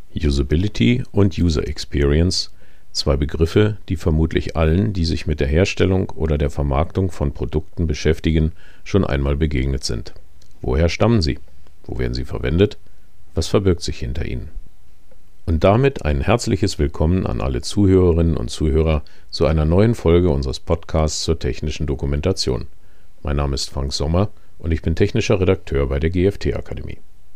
Usability und User Experience, zwei Begriffe, die vermutlich allen, die sich mit der Herstellung oder der Vermarktung von Produkten beschäftigen, schon einmal begegnet sind. Woher stammen sie? Wo werden sie verwendet? Was verbirgt sich hinter ihnen? Und damit ein herzliches Willkommen an alle Zuhörerinnen und Zuhörer zu einer neuen Folge unseres Podcasts zur technischen Dokumentation. Mein Name ist Frank Sommer und ich bin technischer Redakteur bei der GFT-Akademie.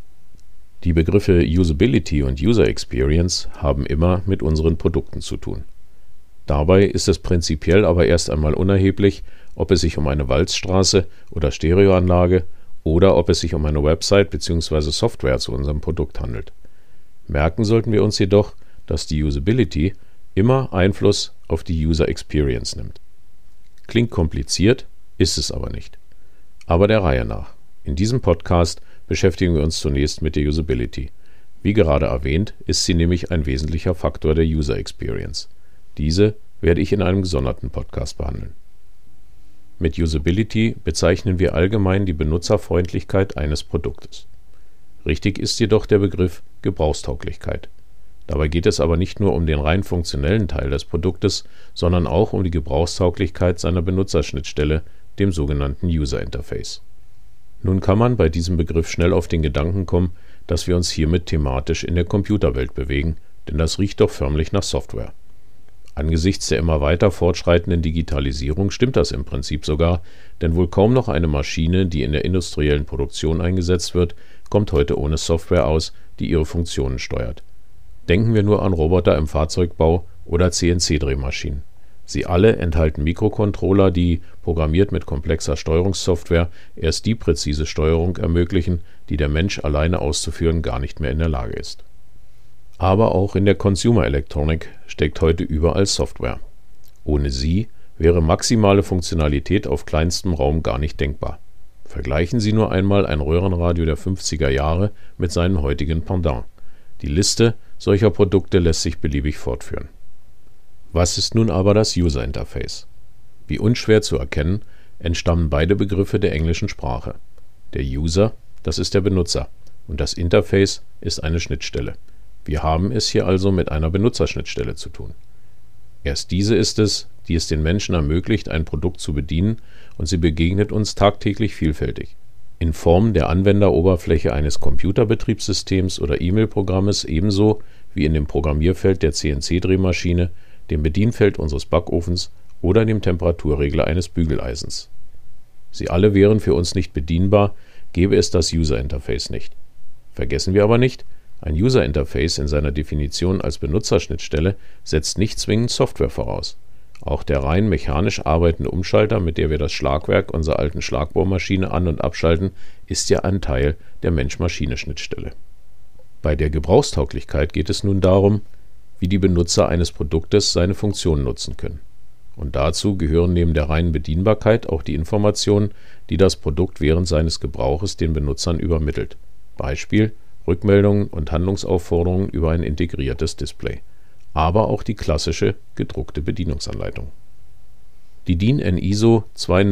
Die Begriffe Usability und User Experience haben immer mit unseren Produkten zu tun. Dabei ist es prinzipiell aber erst einmal unerheblich, ob es sich um eine Walzstraße oder Stereoanlage oder ob es sich um eine Website bzw. Software zu unserem Produkt handelt. Merken sollten wir uns jedoch, dass die Usability immer Einfluss auf die User Experience nimmt. Klingt kompliziert, ist es aber nicht. Aber der Reihe nach. In diesem Podcast beschäftigen wir uns zunächst mit der Usability. Wie gerade erwähnt, ist sie nämlich ein wesentlicher Faktor der User Experience. Diese werde ich in einem gesonderten Podcast behandeln. Mit Usability bezeichnen wir allgemein die Benutzerfreundlichkeit eines Produktes. Richtig ist jedoch der Begriff Gebrauchstauglichkeit. Dabei geht es aber nicht nur um den rein funktionellen Teil des Produktes, sondern auch um die Gebrauchstauglichkeit seiner Benutzerschnittstelle, dem sogenannten User Interface. Nun kann man bei diesem Begriff schnell auf den Gedanken kommen, dass wir uns hiermit thematisch in der Computerwelt bewegen, denn das riecht doch förmlich nach Software. Angesichts der immer weiter fortschreitenden Digitalisierung stimmt das im Prinzip sogar, denn wohl kaum noch eine Maschine, die in der industriellen Produktion eingesetzt wird, kommt heute ohne Software aus, die ihre Funktionen steuert. Denken wir nur an Roboter im Fahrzeugbau oder CNC-Drehmaschinen. Sie alle enthalten Mikrocontroller, die, programmiert mit komplexer Steuerungssoftware, erst die präzise Steuerung ermöglichen, die der Mensch alleine auszuführen gar nicht mehr in der Lage ist. Aber auch in der Consumer Electronic steckt heute überall Software. Ohne sie wäre maximale Funktionalität auf kleinstem Raum gar nicht denkbar. Vergleichen Sie nur einmal ein Röhrenradio der 50er Jahre mit seinem heutigen Pendant. Die Liste solcher Produkte lässt sich beliebig fortführen. Was ist nun aber das User Interface? Wie unschwer zu erkennen, entstammen beide Begriffe der englischen Sprache. Der User, das ist der Benutzer, und das Interface ist eine Schnittstelle. Wir haben es hier also mit einer Benutzerschnittstelle zu tun. Erst diese ist es, die es den Menschen ermöglicht, ein Produkt zu bedienen, und sie begegnet uns tagtäglich vielfältig. In Form der Anwenderoberfläche eines Computerbetriebssystems oder E-Mail-Programmes ebenso wie in dem Programmierfeld der CNC-Drehmaschine, dem Bedienfeld unseres Backofens oder dem Temperaturregler eines Bügeleisens. Sie alle wären für uns nicht bedienbar, gäbe es das User Interface nicht. Vergessen wir aber nicht, ein User Interface in seiner Definition als Benutzerschnittstelle setzt nicht zwingend Software voraus. Auch der rein mechanisch arbeitende Umschalter, mit der wir das Schlagwerk unserer alten Schlagbohrmaschine an- und abschalten, ist ja ein Teil der Mensch-Maschine-Schnittstelle. Bei der Gebrauchstauglichkeit geht es nun darum, wie die Benutzer eines Produktes seine Funktion nutzen können. Und dazu gehören neben der reinen Bedienbarkeit auch die Informationen, die das Produkt während seines Gebrauches den Benutzern übermittelt. Beispiel: Rückmeldungen und Handlungsaufforderungen über ein integriertes Display. Aber auch die klassische gedruckte Bedienungsanleitung. Die DIN EN ISO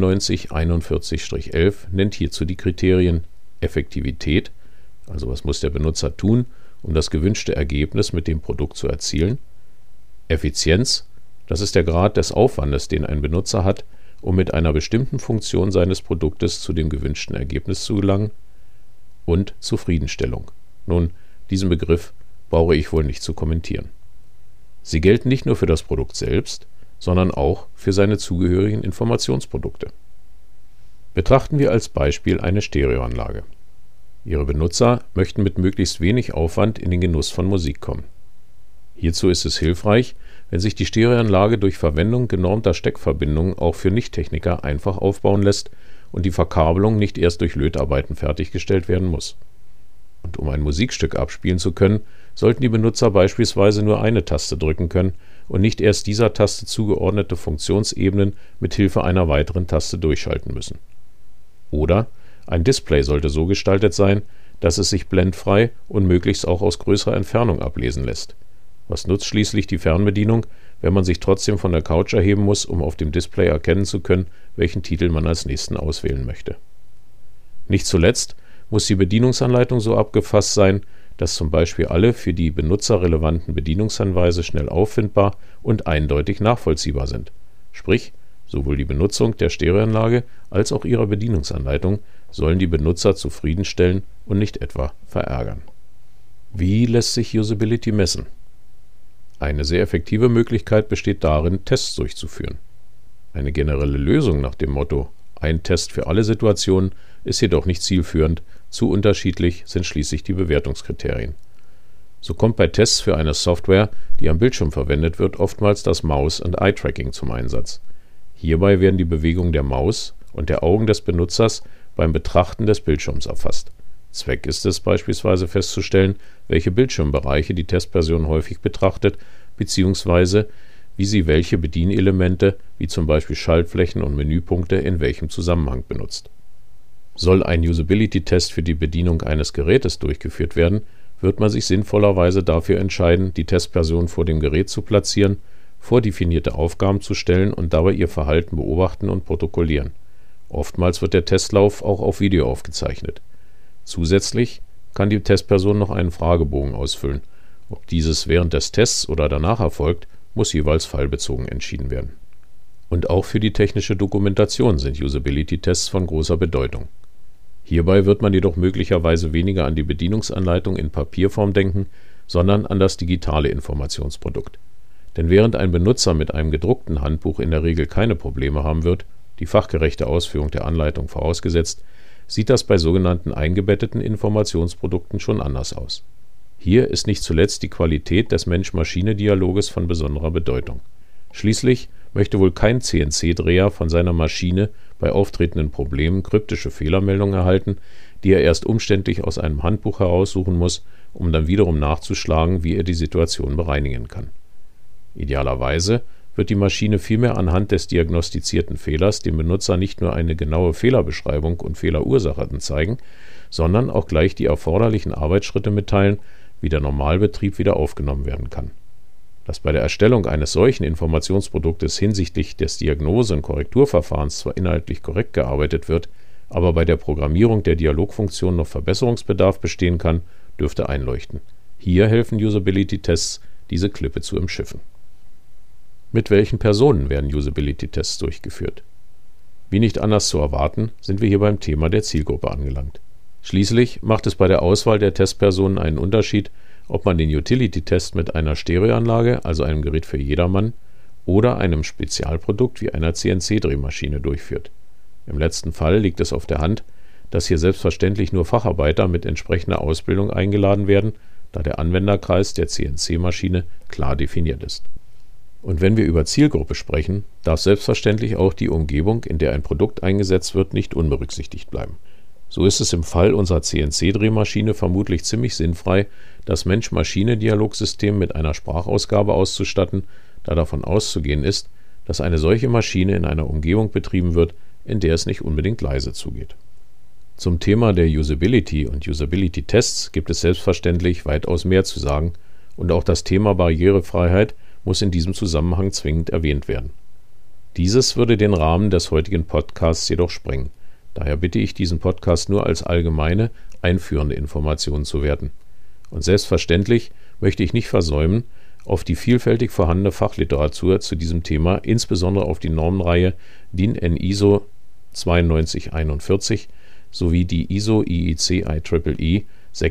9241-11 nennt hierzu die Kriterien Effektivität, also was muss der Benutzer tun, um das gewünschte Ergebnis mit dem Produkt zu erzielen. Effizienz, das ist der Grad des Aufwandes, den ein Benutzer hat, um mit einer bestimmten Funktion seines Produktes zu dem gewünschten Ergebnis zu gelangen. Und Zufriedenstellung. Nun, diesen Begriff brauche ich wohl nicht zu kommentieren. Sie gelten nicht nur für das Produkt selbst, sondern auch für seine zugehörigen Informationsprodukte. Betrachten wir als Beispiel eine Stereoanlage. Ihre Benutzer möchten mit möglichst wenig Aufwand in den Genuss von Musik kommen. Hierzu ist es hilfreich, wenn sich die Stereoanlage durch Verwendung genormter Steckverbindungen auch für Nichttechniker einfach aufbauen lässt und die Verkabelung nicht erst durch Lötarbeiten fertiggestellt werden muss. Und um ein Musikstück abspielen zu können, sollten die Benutzer beispielsweise nur eine Taste drücken können und nicht erst dieser Taste zugeordnete Funktionsebenen mit Hilfe einer weiteren Taste durchschalten müssen. Oder ein Display sollte so gestaltet sein, dass es sich blendfrei und möglichst auch aus größerer Entfernung ablesen lässt. Was nutzt schließlich die Fernbedienung, wenn man sich trotzdem von der Couch erheben muss, um auf dem Display erkennen zu können, welchen Titel man als nächsten auswählen möchte. Nicht zuletzt muss die Bedienungsanleitung so abgefasst sein, dass zum Beispiel alle für die Benutzer relevanten Bedienungshinweise schnell auffindbar und eindeutig nachvollziehbar sind. Sprich, sowohl die Benutzung der Stereoanlage als auch ihrer Bedienungsanleitung sollen die Benutzer zufriedenstellen und nicht etwa verärgern. Wie lässt sich Usability messen? Eine sehr effektive Möglichkeit besteht darin, Tests durchzuführen. Eine generelle Lösung nach dem Motto „ein Test für alle Situationen" ist jedoch nicht zielführend, zu unterschiedlich sind schließlich die Bewertungskriterien. So kommt bei Tests für eine Software, die am Bildschirm verwendet wird, oftmals das Maus- und Eye-Tracking zum Einsatz. Hierbei werden die Bewegungen der Maus und der Augen des Benutzers beim Betrachten des Bildschirms erfasst. Zweck ist es beispielsweise festzustellen, welche Bildschirmbereiche die Testperson häufig betrachtet bzw. wie sie welche Bedienelemente, wie zum Beispiel Schaltflächen und Menüpunkte, in welchem Zusammenhang benutzt. Soll ein Usability-Test für die Bedienung eines Gerätes durchgeführt werden, wird man sich sinnvollerweise dafür entscheiden, die Testperson vor dem Gerät zu platzieren, vordefinierte Aufgaben zu stellen und dabei ihr Verhalten beobachten und protokollieren. Oftmals wird der Testlauf auch auf Video aufgezeichnet. Zusätzlich kann die Testperson noch einen Fragebogen ausfüllen. Ob dieses während des Tests oder danach erfolgt, muss jeweils fallbezogen entschieden werden. Und auch für die technische Dokumentation sind Usability-Tests von großer Bedeutung. Hierbei wird man jedoch möglicherweise weniger an die Bedienungsanleitung in Papierform denken, sondern an das digitale Informationsprodukt. Denn während ein Benutzer mit einem gedruckten Handbuch in der Regel keine Probleme haben wird, die fachgerechte Ausführung der Anleitung vorausgesetzt, sieht das bei sogenannten eingebetteten Informationsprodukten schon anders aus. Hier ist nicht zuletzt die Qualität des Mensch-Maschine-Dialoges von besonderer Bedeutung. Schließlich möchte wohl kein CNC-Dreher von seiner Maschine bei auftretenden Problemen kryptische Fehlermeldungen erhalten, die er erst umständlich aus einem Handbuch heraussuchen muss, um dann wiederum nachzuschlagen, wie er die Situation bereinigen kann. Idealerweise wird die Maschine vielmehr anhand des diagnostizierten Fehlers dem Benutzer nicht nur eine genaue Fehlerbeschreibung und Fehlerursache zeigen, sondern auch gleich die erforderlichen Arbeitsschritte mitteilen, wie der Normalbetrieb wieder aufgenommen werden kann. Dass bei der Erstellung eines solchen Informationsproduktes hinsichtlich des Diagnose- und Korrekturverfahrens zwar inhaltlich korrekt gearbeitet wird, aber bei der Programmierung der Dialogfunktion noch Verbesserungsbedarf bestehen kann, dürfte einleuchten. Hier helfen Usability-Tests, diese Klippe zu umschiffen. Mit welchen Personen werden Usability-Tests durchgeführt? Wie nicht anders zu erwarten, sind wir hier beim Thema der Zielgruppe angelangt. Schließlich macht es bei der Auswahl der Testpersonen einen Unterschied, ob man den Utility-Test mit einer Stereoanlage, also einem Gerät für jedermann, oder einem Spezialprodukt wie einer CNC-Drehmaschine durchführt. Im letzten Fall liegt es auf der Hand, dass hier selbstverständlich nur Facharbeiter mit entsprechender Ausbildung eingeladen werden, da der Anwenderkreis der CNC-Maschine klar definiert ist. Und wenn wir über Zielgruppe sprechen, darf selbstverständlich auch die Umgebung, in der ein Produkt eingesetzt wird, nicht unberücksichtigt bleiben. So ist es im Fall unserer CNC-Drehmaschine vermutlich ziemlich sinnfrei, das Mensch-Maschine-Dialogsystem mit einer Sprachausgabe auszustatten, da davon auszugehen ist, dass eine solche Maschine in einer Umgebung betrieben wird, in der es nicht unbedingt leise zugeht. Zum Thema der Usability und Usability-Tests gibt es selbstverständlich weitaus mehr zu sagen, und auch das Thema Barrierefreiheit muss in diesem Zusammenhang zwingend erwähnt werden. Dieses würde den Rahmen des heutigen Podcasts jedoch sprengen. Daher bitte ich, diesen Podcast nur als allgemeine, einführende Informationen zu werten. Und selbstverständlich möchte ich nicht versäumen, auf die vielfältig vorhandene Fachliteratur zu diesem Thema, insbesondere auf die Normenreihe DIN EN ISO 9241 sowie die ISO IEC IEEE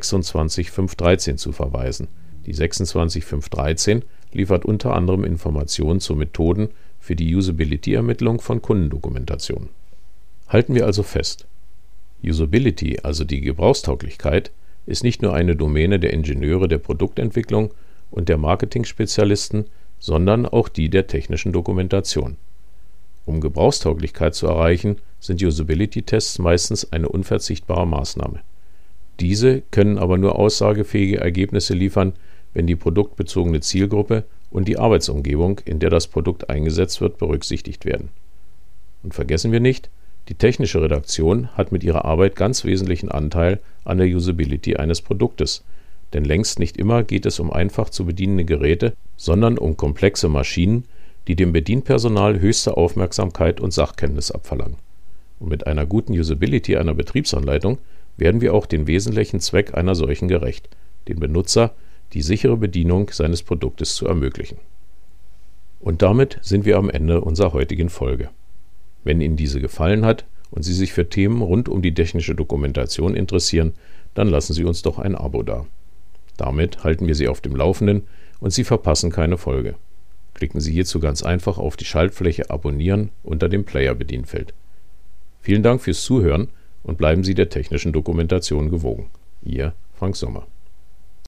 26513 zu verweisen. Die 26513 liefert unter anderem Informationen zu Methoden für die Usability-Ermittlung von Kundendokumentationen. Halten wir also fest: Usability, also die Gebrauchstauglichkeit, ist nicht nur eine Domäne der Ingenieure der Produktentwicklung und der Marketing-Spezialisten, sondern auch die der technischen Dokumentation. Um Gebrauchstauglichkeit zu erreichen, sind Usability-Tests meistens eine unverzichtbare Maßnahme. Diese können aber nur aussagefähige Ergebnisse liefern, wenn die produktbezogene Zielgruppe und die Arbeitsumgebung, in der das Produkt eingesetzt wird, berücksichtigt werden. Und vergessen wir nicht, die technische Redaktion hat mit ihrer Arbeit ganz wesentlichen Anteil an der Usability eines Produktes, denn längst nicht immer geht es um einfach zu bedienende Geräte, sondern um komplexe Maschinen, die dem Bedienpersonal höchste Aufmerksamkeit und Sachkenntnis abverlangen. Und mit einer guten Usability einer Betriebsanleitung werden wir auch den wesentlichen Zweck einer solchen gerecht, den Benutzer die sichere Bedienung seines Produktes zu ermöglichen. Und damit sind wir am Ende unserer heutigen Folge. Wenn Ihnen diese gefallen hat und Sie sich für Themen rund um die technische Dokumentation interessieren, dann lassen Sie uns doch ein Abo da. Damit halten wir Sie auf dem Laufenden und Sie verpassen keine Folge. Klicken Sie hierzu ganz einfach auf die Schaltfläche Abonnieren unter dem Player-Bedienfeld. Vielen Dank fürs Zuhören und bleiben Sie der technischen Dokumentation gewogen. Ihr Frank Sommer.